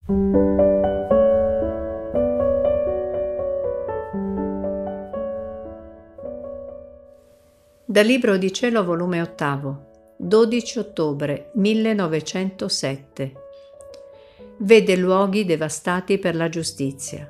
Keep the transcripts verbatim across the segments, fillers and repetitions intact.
Dal Libro di Cielo, volume ottavo, dodici ottobre millenovecentosette. Vede luoghi devastati per la giustizia.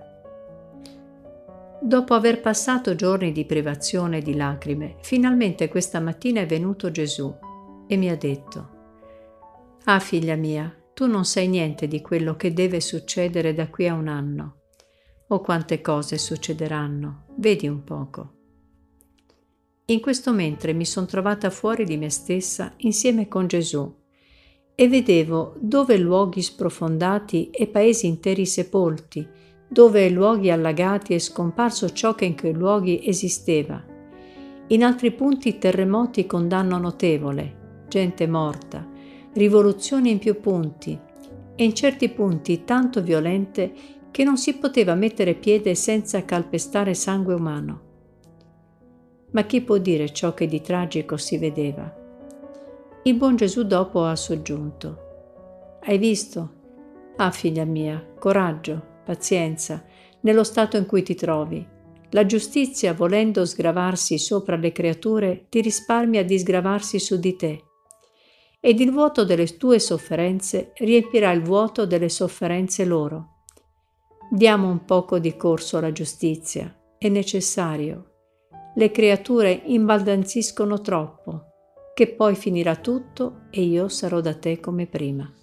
Dopo aver passato giorni di privazione e di lacrime, finalmente questa mattina è venuto Gesù e mi ha detto: «Ah, figlia mia, tu non sai niente di quello che deve succedere da qui a un anno. Oh, quante cose succederanno, vedi un poco». In questo mentre mi son trovata fuori di me stessa insieme con Gesù e vedevo dove luoghi sprofondati e paesi interi sepolti, dove luoghi allagati e scomparso ciò che in quei luoghi esisteva. In altri punti terremoti con danno notevole, gente morta, rivoluzioni in più punti e in certi punti tanto violente che non si poteva mettere piede senza calpestare sangue umano. Ma chi può dire ciò che di tragico si vedeva? Il buon Gesù dopo ha soggiunto: «Hai visto? Ah, figlia mia, coraggio, pazienza, nello stato in cui ti trovi. La giustizia, volendo sgravarsi sopra le creature, ti risparmia di sgravarsi su di te. Ed il vuoto delle tue sofferenze riempirà il vuoto delle sofferenze loro. Diamo un poco di corso alla giustizia, è necessario. Le creature imbaldanziscono troppo, che poi finirà tutto e io sarò da te come prima».